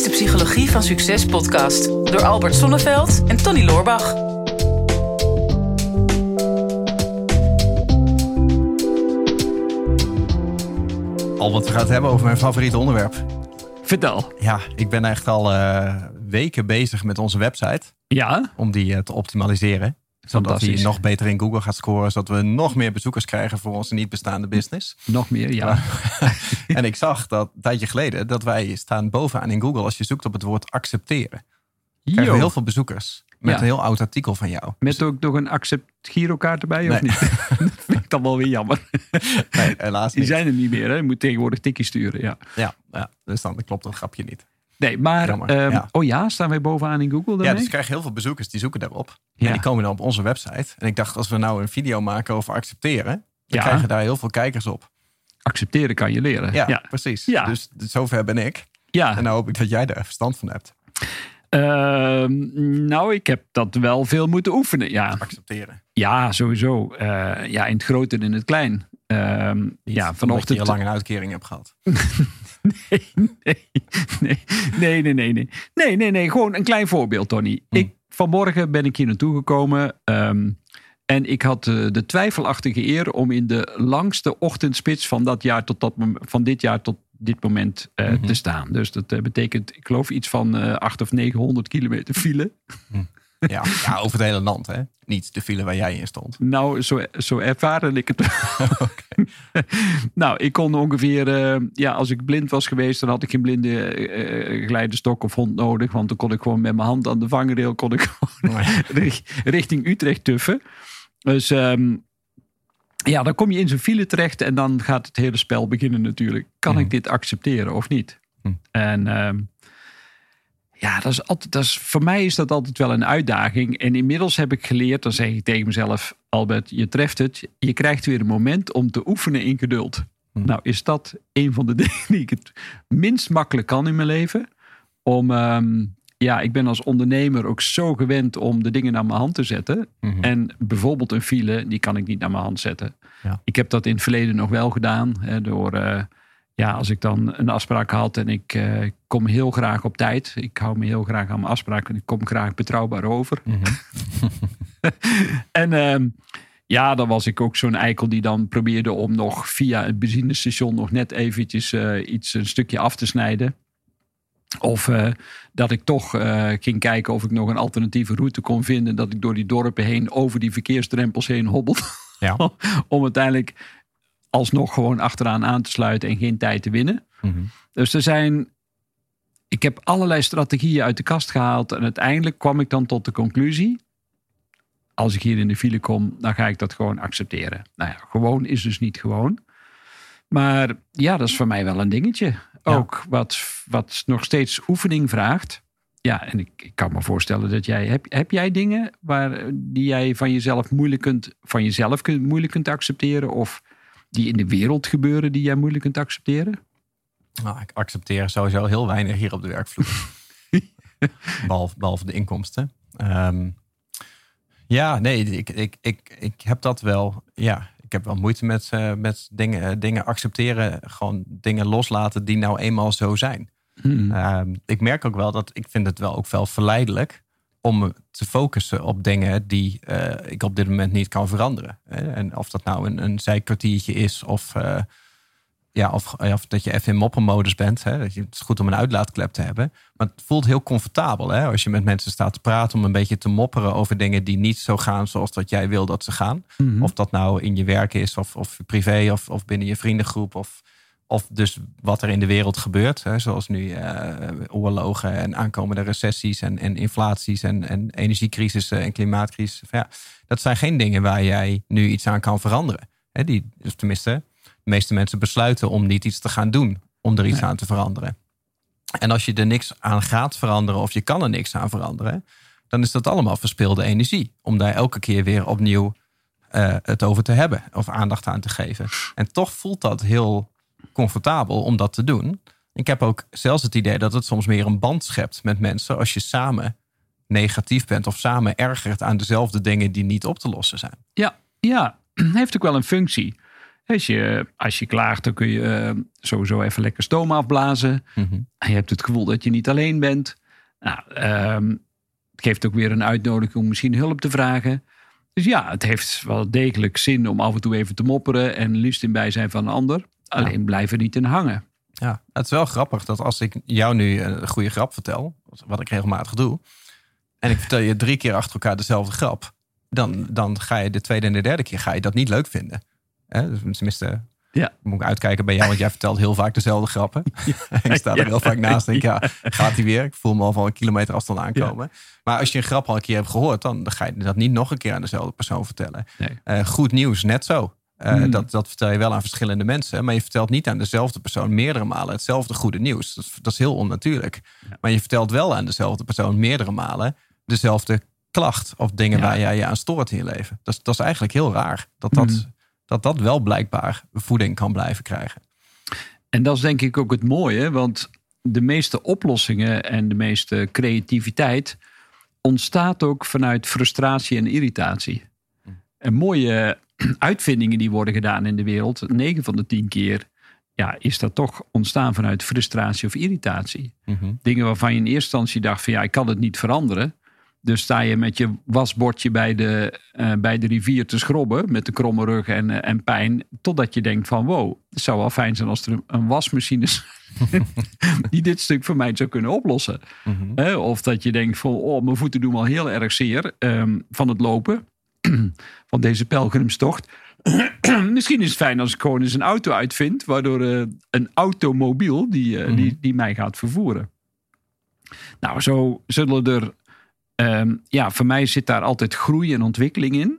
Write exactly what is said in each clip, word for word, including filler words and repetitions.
is de Psychologie van Succes podcast door Albert Sonneveld en Tony Loorbach. Albert, we gaan het hebben over mijn favoriete onderwerp. Vertel. Ja, ik ben echt al uh, weken bezig met onze website. Ja? Om die uh, te optimaliseren. Zodat die nog beter in Google gaat scoren. Zodat we nog meer bezoekers krijgen voor onze niet bestaande business. Nog meer, ja. En ik zag dat een tijdje geleden dat wij staan bovenaan in Google als je zoekt op het woord accepteren. Krijgen we heel veel bezoekers. Met ja. een heel oud artikel van jou. Met ook nog een accept girokaart erbij, nee. Of niet? Dat vind ik dan wel weer jammer. Nee, helaas niet. Die zijn er niet meer, hè? Je moet tegenwoordig tikkie sturen, ja. Ja, ja, dus dan klopt dat grapje niet. Nee, maar... Um, ja. Oh ja, staan wij bovenaan in Google daarmee? Ja, dus ik krijg heel veel bezoekers die zoeken daarop. Ja. En die komen dan op onze website. En ik dacht, als we nou een video maken over accepteren... dan ja. krijgen daar heel veel kijkers op. Accepteren kan je leren. Ja, ja. precies. Ja. Dus zover ben ik. Ja. En nou hoop ik dat jij daar verstand van hebt. Uh, nou, ik heb dat wel veel moeten oefenen, ja. Accepteren. Ja, sowieso. Uh, ja, in het groot en in het klein. Uh, ja, vanochtend... Dat je lang een uitkering hebt gehad. nee, nee, nee, nee, nee, nee, nee. Nee, nee, nee. Gewoon een klein voorbeeld, Tony. Hm. Ik, vanmorgen ben ik hier naartoe gekomen. Um, en ik had uh, de twijfelachtige eer om in de langste ochtendspits van, dat jaar tot dat, van dit jaar tot dit moment uh, mm-hmm. te staan. Dus dat uh, betekent, ik geloof, iets van uh, acht of negenhonderd kilometer file. Hm. Ja, ja, over het hele land, hè? Niet de file waar jij in stond. Nou, zo, zo ervaren ik het. Okay. Nou, ik kon ongeveer... Uh, ja, als ik blind was geweest, dan had ik geen blinde uh, geleidestok of hond nodig. Want dan kon ik gewoon met mijn hand aan de vangrail kon ik gewoon oh ja. richting Utrecht tuffen. Dus um, ja, dan kom je in zo'n file terecht en dan gaat het hele spel beginnen natuurlijk. Kan mm. ik dit accepteren of niet? Mm. En... Um, Ja, dat is altijd, dat is, voor mij is dat altijd wel een uitdaging. En inmiddels heb ik geleerd, dan zeg ik tegen mezelf... Albert, je treft het. Je krijgt weer een moment om te oefenen in geduld. Hm. Nou, is dat een van de dingen die ik het minst makkelijk kan in mijn leven. Om, um, ja, ik ben als ondernemer ook zo gewend om de dingen naar mijn hand te zetten. Mm-hmm. En bijvoorbeeld een file, die kan ik niet naar mijn hand zetten. Ja. Ik heb dat in het verleden nog wel gedaan, hè, door... Uh, Ja, als ik dan een afspraak had en ik uh, kom heel graag op tijd. Ik hou me heel graag aan mijn afspraak en ik kom graag betrouwbaar over. Mm-hmm. en uh, ja, dan was ik ook zo'n eikel die dan probeerde om nog via het benzinestation nog net eventjes uh, iets een stukje af te snijden. Of uh, dat ik toch uh, ging kijken of ik nog een alternatieve route kon vinden. Dat ik door die dorpen heen over die verkeersdrempels heen hobbelde. Ja. Om uiteindelijk... alsnog gewoon achteraan aan te sluiten en geen tijd te winnen. Mm-hmm. Dus er zijn... Ik heb allerlei strategieën uit de kast gehaald... en uiteindelijk kwam ik dan tot de conclusie... als ik hier in de file kom... dan ga ik dat gewoon accepteren. Nou ja, gewoon is dus niet gewoon. Maar ja, dat is voor mij wel een dingetje. Ja. Ook wat, wat nog steeds oefening vraagt. Ja, en ik, ik kan me voorstellen dat jij... Heb, heb jij dingen waar, die jij van jezelf moeilijk kunt... van jezelf kunt, moeilijk kunt accepteren... of die in de wereld gebeuren die jij moeilijk kunt accepteren? Nou, ik accepteer sowieso heel weinig hier op de werkvloer. behalve, behalve de inkomsten. Um, ja, nee, ik, ik, ik, ik heb dat wel. Ja, ik heb wel moeite met, uh, met dingen, dingen accepteren. Gewoon dingen loslaten die nou eenmaal zo zijn. Hmm. Um, ik merk ook wel dat ik vind het wel ook wel verleidelijk om me te focussen op dingen die uh, ik op dit moment niet kan veranderen. En of dat nou een, een zijkwartiertje is... of, uh, ja, of, of dat je even in moppermodus bent. Hè? Dat je, het is goed om een uitlaatklep te hebben. Maar het voelt heel comfortabel, hè? Als je met mensen staat te praten... om een beetje te mopperen over dingen die niet zo gaan... zoals dat jij wil dat ze gaan. Mm-hmm. Of dat nou in je werk is, of, of privé... Of, of binnen je vriendengroep... Of, Of dus wat er in de wereld gebeurt. Hè, zoals nu uh, oorlogen en aankomende recessies en, en inflaties en, en energiecrisissen en klimaatcrisis. Ja, dat zijn geen dingen waar jij nu iets aan kan veranderen. Hè, die, dus tenminste, de meeste mensen besluiten om niet iets te gaan doen. Om er iets nee. aan te veranderen. En als je er niks aan gaat veranderen of je kan er niks aan veranderen. Dan is dat allemaal verspilde energie. Om daar elke keer weer opnieuw uh, het over te hebben. Of aandacht aan te geven. En toch voelt dat heel... comfortabel om dat te doen. Ik heb ook zelfs het idee dat het soms meer een band schept met mensen... als je samen negatief bent of samen ergert aan dezelfde dingen die niet op te lossen zijn. Ja, ja, heeft ook wel een functie. Als je, als je klaagt, dan kun je uh, sowieso even lekker stoom afblazen. Mm-hmm. En je hebt het gevoel dat je niet alleen bent. Nou, um, het geeft ook weer een uitnodiging om misschien hulp te vragen. Dus ja, het heeft wel degelijk zin om af en toe even te mopperen. En liefst in bijzijn van een ander. Alleen ja. blijf er niet in hangen. Ja, het is wel grappig dat als ik jou nu een goede grap vertel. Wat ik regelmatig doe. En ik vertel je drie keer achter elkaar dezelfde grap. Dan, dan ga je de tweede en de derde keer ga je dat niet leuk vinden. Hè? Dus tenminste, ja. moet ik uitkijken bij jou. Want jij vertelt heel vaak dezelfde grappen. Ja. Ik sta er ja. heel vaak naast en denk, ja, gaat hij weer? Ik voel me al van een kilometer afstand aankomen. Ja. Maar als je een grap al een keer hebt gehoord, dan ga je dat niet nog een keer aan dezelfde persoon vertellen. Nee. Uh, goed nieuws, net zo. Uh, mm. dat, dat vertel je wel aan verschillende mensen. Maar je vertelt niet aan dezelfde persoon meerdere malen hetzelfde goede nieuws. Dat, dat is heel onnatuurlijk. Ja. Maar je vertelt wel aan dezelfde persoon meerdere malen dezelfde klacht of dingen ja. waar jij je aan stoort in je leven. Dat, dat is eigenlijk heel raar. Dat dat, mm. dat dat wel blijkbaar voeding kan blijven krijgen. En dat is denk ik ook het mooie. Want de meeste oplossingen en de meeste creativiteit ontstaat ook vanuit frustratie en irritatie. Mm. En mooie uitvindingen die worden gedaan in de wereld, negen van de tien keer, ja, is dat toch ontstaan vanuit frustratie of irritatie. Mm-hmm. Dingen waarvan je in eerste instantie dacht van ja, ik kan het niet veranderen. Dus sta je met je wasbordje bij de, uh, bij de rivier te schrobben met de kromme rug en, uh, en pijn. Totdat je denkt van wow, het zou wel fijn zijn als er een, een wasmachine is die dit stuk voor mij zou kunnen oplossen. Mm-hmm. Uh, of dat je denkt van oh, mijn voeten doen me al heel erg zeer um, van het lopen. Van deze pelgrimstocht. Misschien is het fijn als ik gewoon eens een auto uitvind, waardoor uh, een automobiel die, uh, mm-hmm. die, die mij gaat vervoeren. Nou, zo zullen er Um, ja, voor mij zit daar altijd groei en ontwikkeling in.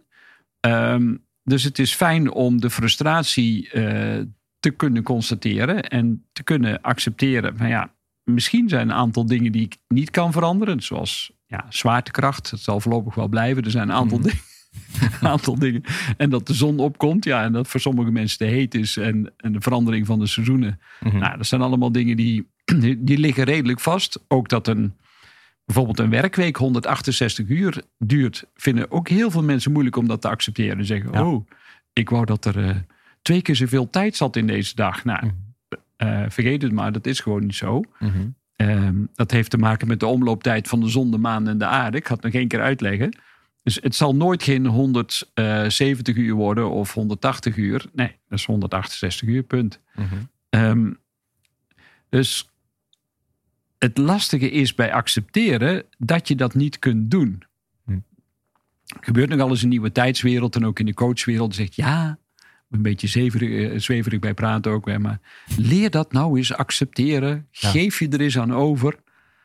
Um, dus het is fijn om de frustratie uh, te kunnen constateren en te kunnen accepteren. Maar ja, misschien zijn een aantal dingen die ik niet kan veranderen. Zoals ja, zwaartekracht. Het zal voorlopig wel blijven. Er zijn een aantal, mm. dingen, een aantal dingen. En dat de zon opkomt. Ja, en dat voor sommige mensen te heet is. En, en de verandering van de seizoenen. Mm-hmm. Nou, dat zijn allemaal dingen die, die, die liggen redelijk vast. Ook dat een bijvoorbeeld een werkweek honderdachtzestig uur duurt, vinden ook heel veel mensen moeilijk om dat te accepteren. En zeggen, ja. oh, ik wou dat er uh, twee keer zoveel tijd zat in deze dag. Nou, mm-hmm. uh, vergeet het maar, dat is gewoon niet zo. Mm-hmm. Um, dat heeft te maken met de omlooptijd van de zon, de maan en de aarde. Ik ga het nog één keer uitleggen. Dus het zal nooit geen honderdzeventig uur worden of honderdtachtig uur. Nee, dat is honderdachtenzestig uur, punt. Mm-hmm. Um, dus het lastige is bij accepteren dat je dat niet kunt doen. Hm. Er gebeurt nogal eens een nieuwe tijdswereld en ook in de coachwereld. Zegt ja, een beetje zweverig, zweverig bij praten ook. Maar leer dat nou eens accepteren. Ja. Geef je er eens aan over.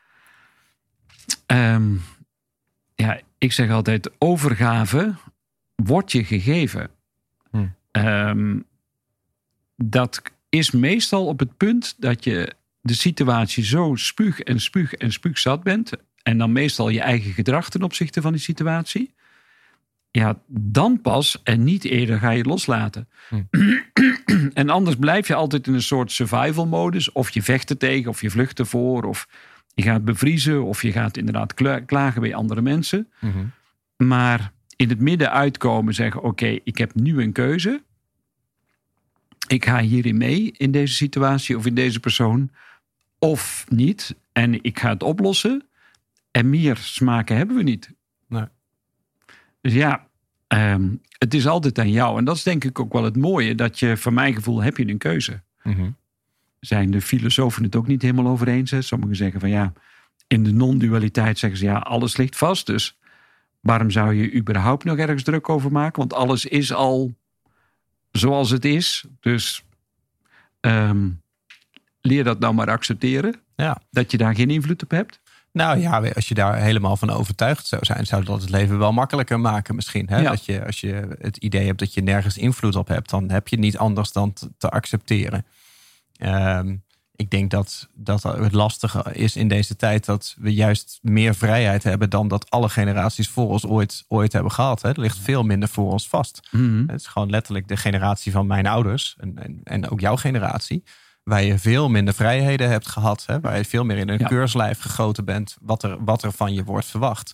Um, ja, ik zeg altijd, overgave wordt je gegeven. Hm. Um, dat is meestal op het punt dat je de situatie zo spuug en spuug en spuugzat bent. En dan meestal je eigen gedrag ten opzichte van die situatie. Ja, dan pas en niet eerder ga je het loslaten. Hm. En anders blijf je altijd in een soort survival modus. Of je vecht er tegen, of je vlucht ervoor. Of je gaat bevriezen, of je gaat inderdaad klagen bij andere mensen. Mm-hmm. Maar in het midden uitkomen, zeggen oké, okay, ik heb nu een keuze. Ik ga hierin mee in deze situatie of in deze persoon. Of niet. En ik ga het oplossen. En meer smaken hebben we niet. Nee. Dus ja, um, het is altijd aan jou. En dat is denk ik ook wel het mooie. Dat je, van mijn gevoel, heb je een keuze. Mm-hmm. Zijn de filosofen het ook niet helemaal over eens? Hè? Sommigen zeggen van ja, in de non-dualiteit zeggen ze ja, alles ligt vast. Dus waarom zou je überhaupt nog ergens druk over maken? Want alles is al zoals het is. Dus um, leer dat nou maar accepteren. Ja. Dat je daar geen invloed op hebt. Nou ja, als je daar helemaal van overtuigd zou zijn, zou dat het leven wel makkelijker maken misschien. Hè? Ja. Dat je, als je het idee hebt dat je nergens invloed op hebt, dan heb je niet anders dan te, te accepteren. Um, ik denk dat, dat het lastige is in deze tijd dat we juist meer vrijheid hebben dan dat alle generaties voor ons ooit, ooit hebben gehad. Hè? Er ligt veel minder voor ons vast. Mm-hmm. Het is gewoon letterlijk de generatie van mijn ouders en, en, en ook jouw generatie, waar je veel minder vrijheden hebt gehad. Hè? Waar je veel meer in een ja. keurslijf gegoten bent wat er, wat er van je wordt verwacht.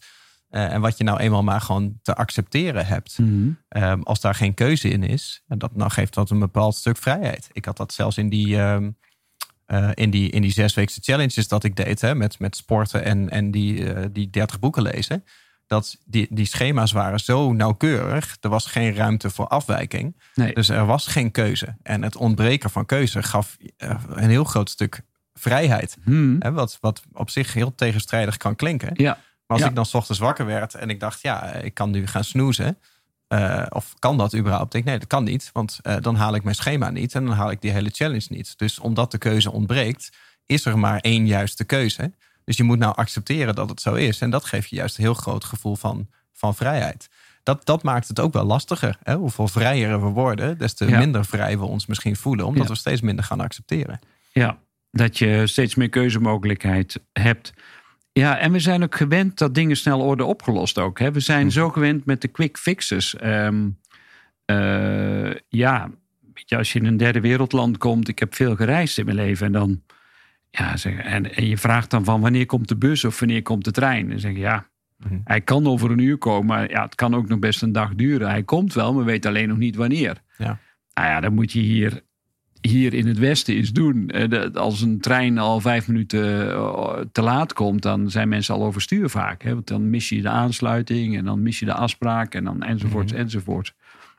Uh, en wat je nou eenmaal maar gewoon te accepteren hebt. Mm-hmm. Um, als daar geen keuze in is, en dat, dan geeft dat een bepaald stuk vrijheid. Ik had dat zelfs in die, um, uh, in die, in die zesweekse challenges dat ik deed, hè, met, met sporten en, en die, uh, die dertig boeken lezen. Dat die, die schema's waren zo nauwkeurig. Er was geen ruimte voor afwijking. Nee. Dus er was geen keuze. En het ontbreken van keuze gaf uh, een heel groot stuk vrijheid. Mm. Hè, wat, wat op zich heel tegenstrijdig kan klinken. Ja. Maar als ja. ik dan 's ochtends wakker werd en ik dacht, ja, ik kan nu gaan snoezen. Uh, of kan dat überhaupt? Ik denk, nee, dat kan niet. Want uh, dan haal ik mijn schema niet en dan haal ik die hele challenge niet. Dus omdat de keuze ontbreekt, is er maar één juiste keuze. Dus je moet nou accepteren dat het zo is. En dat geeft je juist een heel groot gevoel van, van vrijheid. Dat, dat maakt het ook wel lastiger. Hè? Hoeveel vrijer we worden, des te ja. minder vrij we ons misschien voelen. Omdat ja. we steeds minder gaan accepteren. Ja, dat je steeds meer keuzemogelijkheid hebt. Ja, en we zijn ook gewend dat dingen snel worden opgelost ook. Hè? We zijn hm. zo gewend met de quick fixes. Um, uh, ja, weet je, als je in een derde wereldland komt. Ik heb veel gereisd in mijn leven en dan... Ja, zeg, en, en je vraagt dan van wanneer komt de bus of wanneer komt de trein? En zeg je ja, mm-hmm. hij kan over een uur komen, maar ja, het kan ook nog best een dag duren. Hij komt wel, maar weet alleen nog niet wanneer. Ja. Nou ja, dan moet je hier, hier in het Westen eens doen. Als een trein al vijf minuten te laat komt, dan zijn mensen al overstuur vaak. Hè? Want dan mis je de aansluiting en dan mis je de afspraak en dan enzovoorts mm-hmm. enzovoorts.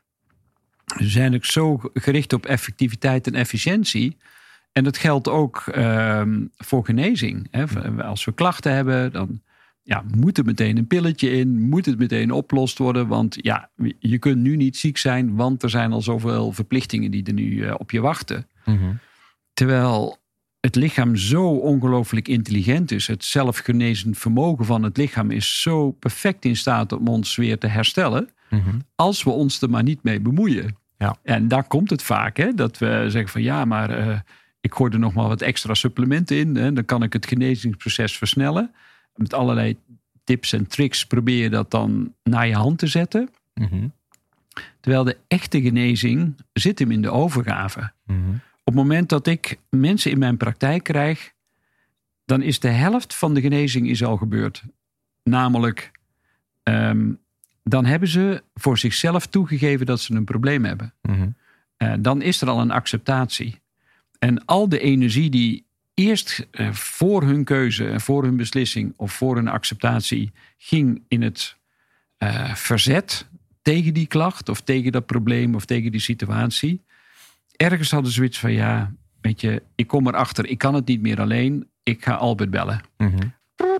We zijn ook zo gericht op effectiviteit en efficiëntie. En dat geldt ook uh, voor genezing. Hè. Als we klachten hebben, dan ja, moet er meteen een pilletje in. Moet het meteen opgelost worden. Want ja, je kunt nu niet ziek zijn. Want er zijn al zoveel verplichtingen die er nu uh, op je wachten. Mm-hmm. Terwijl het lichaam zo ongelooflijk intelligent is. Het zelfgenezend vermogen van het lichaam is zo perfect in staat om ons weer te herstellen. Mm-hmm. Als we ons er maar niet mee bemoeien. Ja. En daar komt het vaak. Hè, dat we zeggen van ja, maar... Uh, ik gooi er nog maar wat extra supplementen in. Hè. Dan kan ik het genezingsproces versnellen. Met allerlei tips en tricks probeer je dat dan naar je hand te zetten. Mm-hmm. Terwijl de echte genezing zit hem in de overgave. Mm-hmm. Op het moment dat ik mensen in mijn praktijk krijg... dan is de helft van de genezing is al gebeurd. Namelijk, um, dan hebben ze voor zichzelf toegegeven dat ze een probleem hebben. Mm-hmm. Uh, dan is er al een acceptatie. En al de energie die eerst uh, voor hun keuze, voor hun beslissing of voor hun acceptatie ging in het uh, verzet tegen die klacht of tegen dat probleem of tegen die situatie. Ergens hadden ze zoiets van ja, weet je, ik kom erachter, ik kan het niet meer alleen, ik ga Albert bellen. Mm-hmm.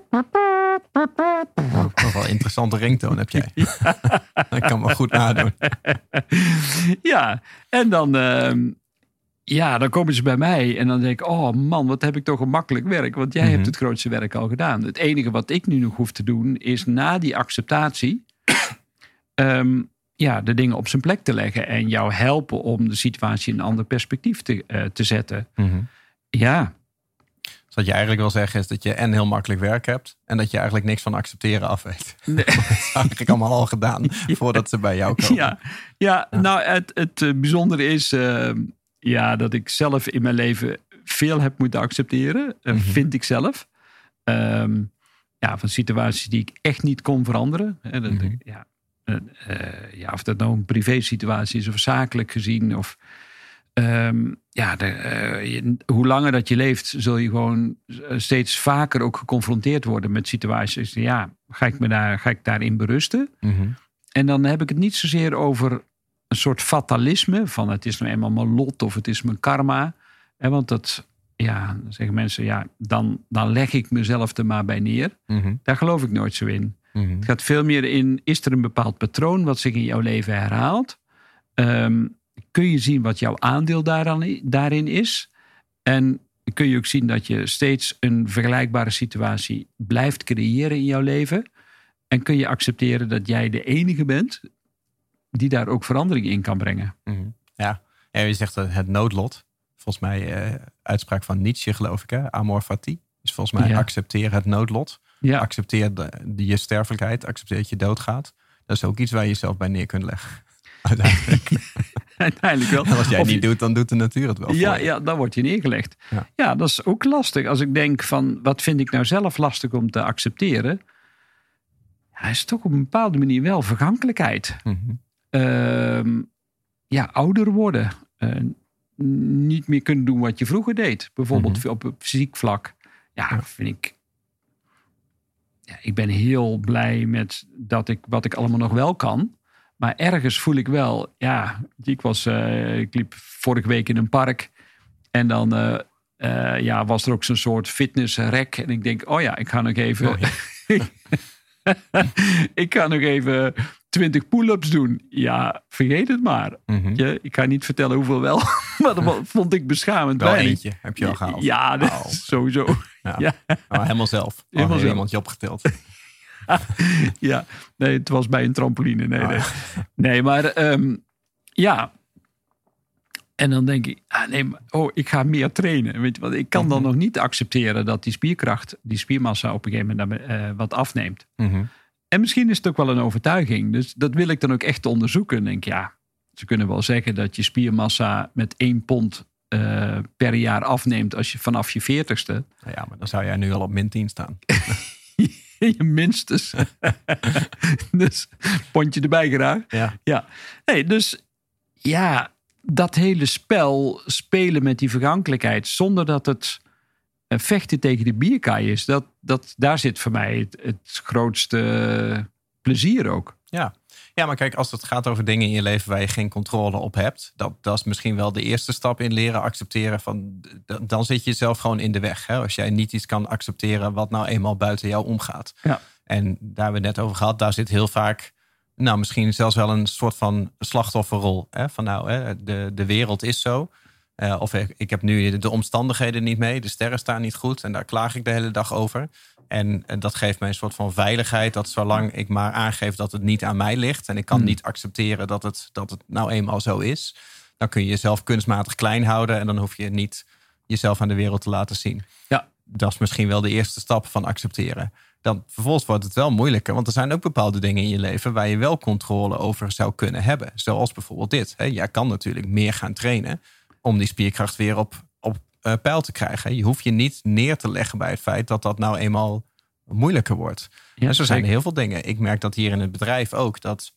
Nog wel een interessante ringtoon heb jij. Ja. Dat kan me goed nadoen. Ja, en dan... Uh, Ja, dan komen ze bij mij en dan denk ik... oh man, wat heb ik toch een makkelijk werk. Want jij mm-hmm. hebt het grootste werk al gedaan. Het enige wat ik nu nog hoef te doen... is na die acceptatie... um, ja, de dingen op zijn plek te leggen... en jou helpen om de situatie in een ander perspectief te, uh, te zetten. Mm-hmm. Ja. Dus wat je eigenlijk wil zeggen is dat je en heel makkelijk werk hebt... en dat je eigenlijk niks van accepteren af weet. Nee. Dat is eigenlijk allemaal al gedaan... ja. voordat ze bij jou komen. Ja, ja, ja. nou het, het uh, bijzondere is... Uh, Ja, dat ik zelf in mijn leven veel heb moeten accepteren. Mm-hmm. Vind ik zelf. Um, ja, van situaties die ik echt niet kon veranderen. Hè, dat, mm-hmm. ja, uh, ja, of dat nou een privé situatie is of zakelijk gezien. Of, um, ja, de, uh, je, hoe langer dat je leeft, zul je gewoon steeds vaker ook geconfronteerd worden met situaties. Ja, ga ik, me daar, ga ik daarin berusten? Mm-hmm. En dan heb ik het niet zozeer over... een soort fatalisme van het is nou eenmaal mijn lot of het is mijn karma. En want dat, ja, dan zeggen mensen, ja, dan, dan leg ik mezelf er maar bij neer. Mm-hmm. Daar geloof ik nooit zo in. Mm-hmm. Het gaat veel meer in, is er een bepaald patroon wat zich in jouw leven herhaalt? Um, kun je zien wat jouw aandeel daaraan, daarin is? En kun je ook zien dat je steeds een vergelijkbare situatie blijft creëren in jouw leven? En kun je accepteren dat jij de enige bent... die daar ook verandering in kan brengen. Mm-hmm. Ja, en je zegt het noodlot. Volgens mij, uh, uitspraak van Nietzsche geloof ik. Hè? Amor fati. Dus volgens mij ja. accepteer het noodlot. Ja. Accepteer de, de, je sterfelijkheid. Accepteer dat je doodgaat. Dat is ook iets waar je jezelf bij neer kunt leggen. Uiteindelijk. Uiteindelijk wel. En als jij het of niet je... doet, dan doet de natuur het wel ja, voor je. Ja, dan wordt je neergelegd. Ja. ja, dat is ook lastig. Als ik denk van, wat vind ik nou zelf lastig om te accepteren... hij is toch op een bepaalde manier wel vergankelijkheid. Mm-hmm. Uh, ja, ouder worden. Uh, niet meer kunnen doen wat je vroeger deed. Bijvoorbeeld mm-hmm. op fysiek vlak. Ja, ja. vind ik... Ja, ik ben heel blij met dat ik wat ik allemaal nog wel kan. Maar ergens voel ik wel... Ja, ik, was, uh, ik liep vorige week in een park. En dan uh, uh, ja, was er ook zo'n soort fitnessrek. En ik denk, oh ja, ik ga nog even... Oh, ja. ik ga nog even twintig pull-ups doen. Ja, vergeet het maar. Mm-hmm. Ja, ik ga niet vertellen hoeveel wel. Maar dat vond ik beschamend. Wel eentje heb je al gehaald. Ja, dat oh. sowieso. Ja. Ja. Oh, helemaal zelf. Helemaal oh, zelf. Iemand je opgetild. Ja, nee, het was bij een trampoline. Nee, oh. nee. nee maar um, ja. En dan denk ik, ah, nee, maar, oh, ik ga meer trainen. Weet je wat? Ik kan mm-hmm. dan nog niet accepteren dat die spierkracht, die spiermassa op een gegeven moment uh, wat afneemt. Mm-hmm. En misschien is het ook wel een overtuiging. Dus dat wil ik dan ook echt onderzoeken. En denk, ja, ze kunnen wel zeggen dat je spiermassa met één pond uh, per jaar afneemt als je vanaf je veertigste. Ja, maar dan zou jij nu al op min tien staan. Minstens. Dus pondje erbij graag. Ja. Ja. Nee, dus ja, dat hele spel spelen met die vergankelijkheid zonder dat het vechten tegen de bierkaai is. Dat, dat, daar zit voor mij het, het grootste plezier ook. Ja. ja, maar kijk, als het gaat over dingen in je leven waar je geen controle op hebt, dat, dat is misschien wel de eerste stap in leren accepteren van, dan zit je zelf gewoon in de weg. Hè? Als jij niet iets kan accepteren wat nou eenmaal buiten jou omgaat. Ja. En daar hebben we het net over gehad, daar zit heel vaak, nou misschien zelfs wel een soort van slachtofferrol. Hè? Van nou, hè, de, de wereld is zo. Uh, of ik, ik heb nu de omstandigheden niet mee, de sterren staan niet goed en daar klaag ik de hele dag over. En, en dat geeft mij een soort van veiligheid dat zolang ik maar aangeef dat het niet aan mij ligt en ik kan hmm. niet accepteren dat het, dat het nou eenmaal zo is, dan kun je jezelf kunstmatig klein houden en dan hoef je niet jezelf aan de wereld te laten zien. Ja. Dat is misschien wel de eerste stap van accepteren. Dan vervolgens wordt het wel moeilijker, want er zijn ook bepaalde dingen in je leven waar je wel controle over zou kunnen hebben. Zoals bijvoorbeeld dit. Hè. Jij kan natuurlijk meer gaan trainen om die spierkracht weer op, op uh, peil te krijgen. Je hoeft je niet neer te leggen bij het feit dat dat nou eenmaal moeilijker wordt. Ja, en zo zijn er heel veel dingen. Ik merk dat hier in het bedrijf ook. Dat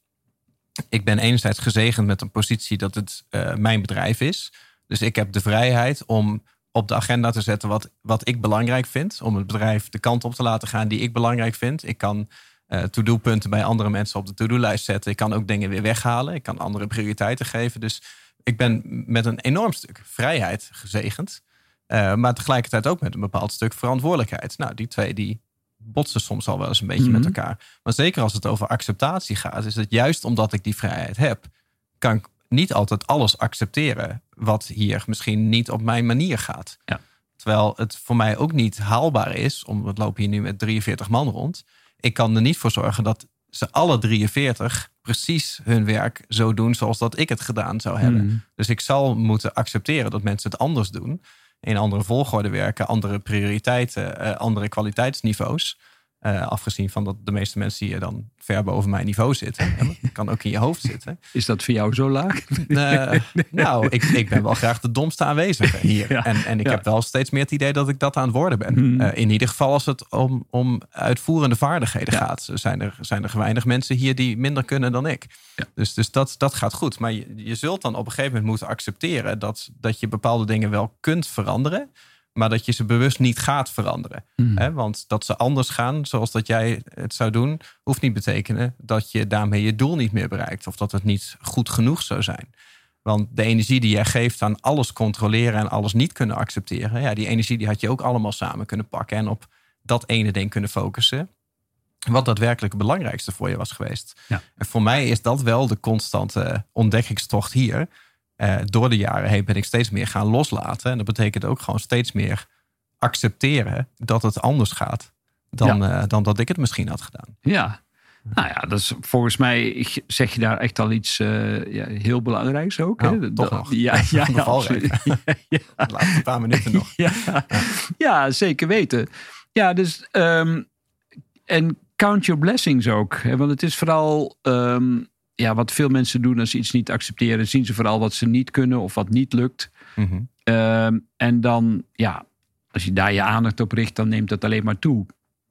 ik ben enerzijds gezegend met een positie dat het uh, mijn bedrijf is. Dus ik heb de vrijheid om op de agenda te zetten wat, wat ik belangrijk vind. Om het bedrijf de kant op te laten gaan die ik belangrijk vind. Ik kan uh, to-do-punten bij andere mensen op de to-do-lijst zetten. Ik kan ook dingen weer weghalen. Ik kan andere prioriteiten geven. Dus ik ben met een enorm stuk vrijheid gezegend. Uh, maar tegelijkertijd ook met een bepaald stuk verantwoordelijkheid. Nou, die twee die botsen soms al wel eens een beetje mm-hmm. met elkaar. Maar zeker als het over acceptatie gaat, is het juist omdat ik die vrijheid heb, kan ik niet altijd alles accepteren wat hier misschien niet op mijn manier gaat. Ja. Terwijl het voor mij ook niet haalbaar is, om we lopen hier nu met drieënveertig man rond. Ik kan er niet voor zorgen dat ze alle drieënveertig precies hun werk zo doen zoals dat ik het gedaan zou hebben. Mm. Dus ik zal moeten accepteren dat mensen het anders doen. In andere volgorde werken, andere prioriteiten, uh, andere kwaliteitsniveaus. Uh, afgezien van dat de meeste mensen hier dan ver boven mijn niveau zitten. Dat kan ook in je hoofd zitten. Is dat voor jou zo laag? Uh, nou, ik, ik ben wel graag de domste aanwezige hier. Ja, en, en ik ja. heb wel steeds meer het idee dat ik dat aan het worden ben. Hmm. Uh, in ieder geval als het om, om uitvoerende vaardigheden ja. gaat. Zijn er, zijn er weinig mensen hier die minder kunnen dan ik. Ja. Dus, dus dat, dat gaat goed. Maar je, je zult dan op een gegeven moment moeten accepteren dat, dat je bepaalde dingen wel kunt veranderen, maar dat je ze bewust niet gaat veranderen. Mm. He, want dat ze anders gaan, zoals dat jij het zou doen, hoeft niet betekenen dat je daarmee je doel niet meer bereikt. Of dat het niet goed genoeg zou zijn. Want de energie die jij geeft aan alles controleren en alles niet kunnen accepteren, ja, die energie die had je ook allemaal samen kunnen pakken en op dat ene ding kunnen focussen. Wat daadwerkelijk het belangrijkste voor je was geweest. Ja. En voor mij is dat wel de constante ontdekkingstocht hier. Uh, door de jaren heen ben ik steeds meer gaan loslaten. En dat betekent ook gewoon steeds meer accepteren dat het anders gaat dan, ja. uh, dan dat ik het misschien had gedaan. Ja, nou ja, dat is volgens mij zeg je daar echt al iets uh, ja, heel belangrijks ook. Nou, hè? Toch Dat, nog. Ja, ja, ja, absoluut. Ja, ja. De laatste paar minuten nog. Ja, ja. ja zeker weten. Ja, dus um, en count your blessings ook. Hè? Want het is vooral Um, ja, wat veel mensen doen als ze iets niet accepteren, zien ze vooral wat ze niet kunnen of wat niet lukt. Mm-hmm. Um, en dan, ja, als je daar je aandacht op richt, dan neemt dat alleen maar toe.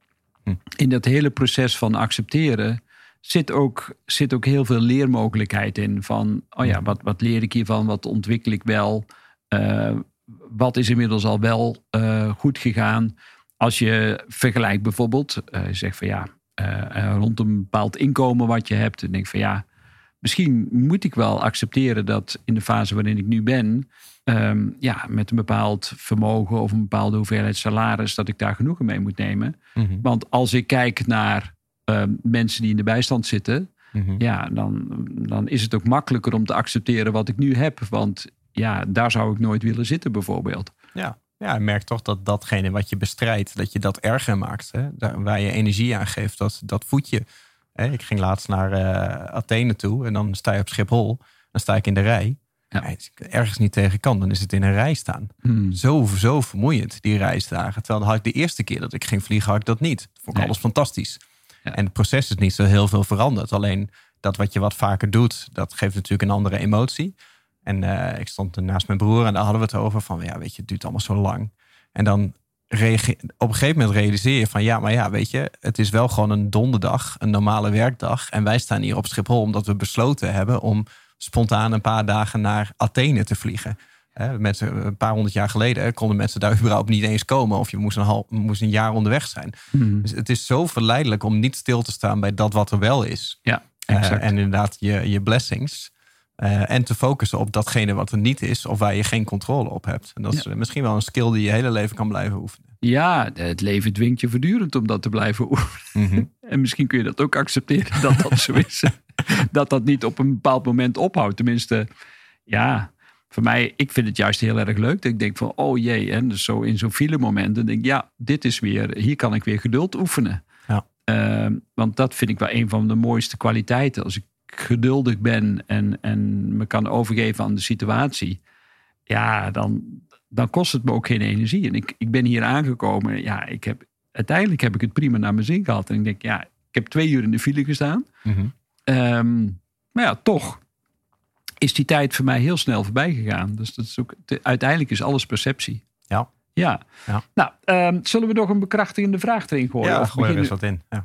Hm. In dat hele proces van accepteren zit ook, zit ook heel veel leermogelijkheid in. Van, oh ja, wat, wat leer ik hiervan? Wat ontwikkel ik wel? Uh, wat is inmiddels al wel uh, goed gegaan? Als je vergelijkt bijvoorbeeld, uh, je zegt van ja, uh, rond een bepaald inkomen wat je hebt. Dan denk ik van ja, misschien moet ik wel accepteren dat in de fase waarin ik nu ben, um, ja, met een bepaald vermogen of een bepaalde hoeveelheid salaris, dat ik daar genoegen mee moet nemen. Mm-hmm. Want als ik kijk naar uh, mensen die in de bijstand zitten, Mm-hmm. ja, dan, dan is het ook makkelijker om te accepteren wat ik nu heb. Want ja, daar zou ik nooit willen zitten bijvoorbeeld. Ja. Ja, je merkt toch dat datgene wat je bestrijdt, dat je dat erger maakt. Hè? Daar, waar je energie aan geeft, dat, dat voed je. Hè? Ik ging laatst naar uh, Athene toe en dan sta je op Schiphol. Dan sta ik in de rij. Ja. Als ik ergens niet tegen kan, dan is het in een rij staan. Hmm. Zo, zo vermoeiend, die reisdagen. Terwijl had ik de eerste keer dat ik ging vliegen, had ik dat niet. Dat vond ik nee. alles fantastisch. Ja. En het proces is niet zo heel veel veranderd. Alleen dat wat je wat vaker doet, dat geeft natuurlijk een andere emotie. En uh, ik stond naast mijn broer en daar hadden we het over van, ja, weet je, het duurt allemaal zo lang. En dan reageer, op een gegeven moment realiseer je van, ja, maar ja, weet je, het is wel gewoon een donderdag, een normale werkdag. En wij staan hier op Schiphol omdat we besloten hebben om spontaan een paar dagen naar Athene te vliegen. He, met, een paar honderd jaar geleden konden mensen daar überhaupt niet eens komen. Of je moest een, half, moest een jaar onderweg zijn. Hmm. Dus het is zo verleidelijk om niet stil te staan bij dat wat er wel is. Ja, exact. Uh, en inderdaad je, je blessings. Uh, en te focussen op datgene wat er niet is of waar je geen controle op hebt. En dat is ja. misschien wel een skill die je hele leven kan blijven oefenen. Ja, het leven dwingt je voortdurend om dat te blijven oefenen. Mm-hmm. En misschien kun je dat ook accepteren dat dat zo is. Dat dat niet op een bepaald moment ophoudt. Tenminste, ja, voor mij, ik vind het juist heel erg leuk. Dat ik denk van, oh jee, en dus zo in zo'n file momenten denk ik, ja, dit is weer, hier kan ik weer geduld oefenen. Ja. Uh, want dat vind ik wel een van de mooiste kwaliteiten. Als ik geduldig ben en, en me kan overgeven aan de situatie, ja, dan, dan kost het me ook geen energie. En ik, ik ben hier aangekomen, ja, ik heb, uiteindelijk heb ik het prima naar mijn zin gehad. En ik denk, ja, ik heb twee uur in de file gestaan. Mm-hmm. Um, maar ja, toch is die tijd voor mij heel snel voorbij gegaan. Dus dat is ook, te, uiteindelijk is alles perceptie. Ja. Ja. ja. Nou, um, zullen we nog een bekrachtigende vraag erin gooien? Ja, of gooi er eens beginnen... wat in. Ja.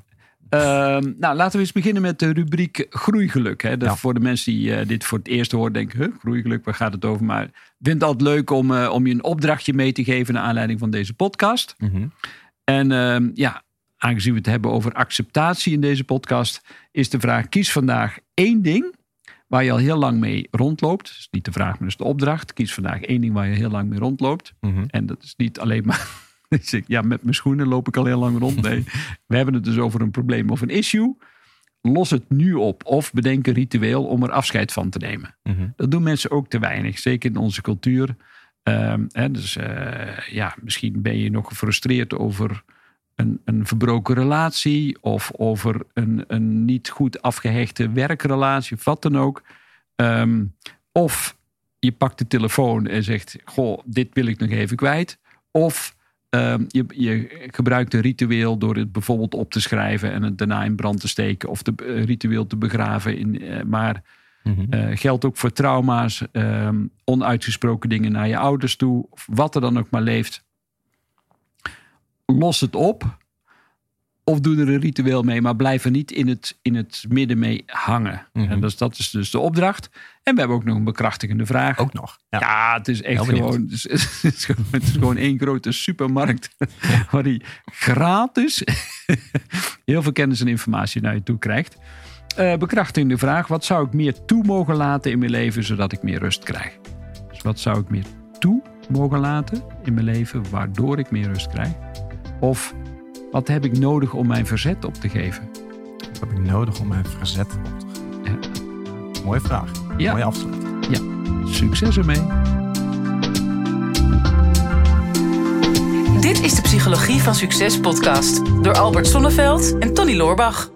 Uh, nou, laten we eens beginnen met de rubriek groeigeluk. Hè. Dat ja. Voor de mensen die uh, dit voor het eerst horen, denken, huh, groeigeluk, waar gaat het over? Maar ik vind het altijd leuk om, uh, om je een opdrachtje mee te geven naar aanleiding van deze podcast. Mm-hmm. En uh, ja, aangezien we het hebben over acceptatie in deze podcast, is de vraag, kies vandaag één ding waar je al heel lang mee rondloopt. Dat is niet de vraag, maar dat is de opdracht. Kies vandaag één ding waar je heel lang mee rondloopt. Mm-hmm. En dat is niet alleen maar... Ja, met mijn schoenen loop ik al heel lang rond. Nee, we hebben het dus over een probleem of een issue. Los het nu op of bedenk een ritueel om er afscheid van te nemen. Mm-hmm. Dat doen mensen ook te weinig, zeker in onze cultuur. Um, hè, dus uh, ja, misschien ben je nog gefrustreerd over een, een verbroken relatie of over een, een niet goed afgehechte werkrelatie of wat dan ook. Um, of je pakt de telefoon en zegt, goh, dit wil ik nog even kwijt. Of Uh, je, je gebruikt een ritueel door het bijvoorbeeld op te schrijven en het daarna in brand te steken of de uh, ritueel te begraven. In, uh, maar mm-hmm. uh, geldt ook voor trauma's, uh, onuitgesproken dingen naar je ouders toe, of wat er dan ook maar leeft. Los het op of doe er een ritueel mee, maar blijf er niet in het, in het midden mee hangen. Mm-hmm. En dus, dat is dus de opdracht. En we hebben ook nog een bekrachtigende vraag. Ook nog. Ja, ja het is echt gewoon het is, het, is gewoon... Het is gewoon één grote supermarkt. Ja. Waar die gratis heel veel kennis en informatie naar je toe krijgt. Uh, bekrachtigende vraag. Wat zou ik meer toe mogen laten in mijn leven, zodat ik meer rust krijg? Dus wat zou ik meer toe mogen laten in mijn leven, waardoor ik meer rust krijg? Of wat heb ik nodig om mijn verzet op te geven? Wat heb ik nodig om mijn verzet op te geven? Ja. Mooie vraag. Ja. Mooie afsluiting. Ja, succes ermee. Dit is de Psychologie van Succes podcast door Albert Sonneveld en Tony Loorbach.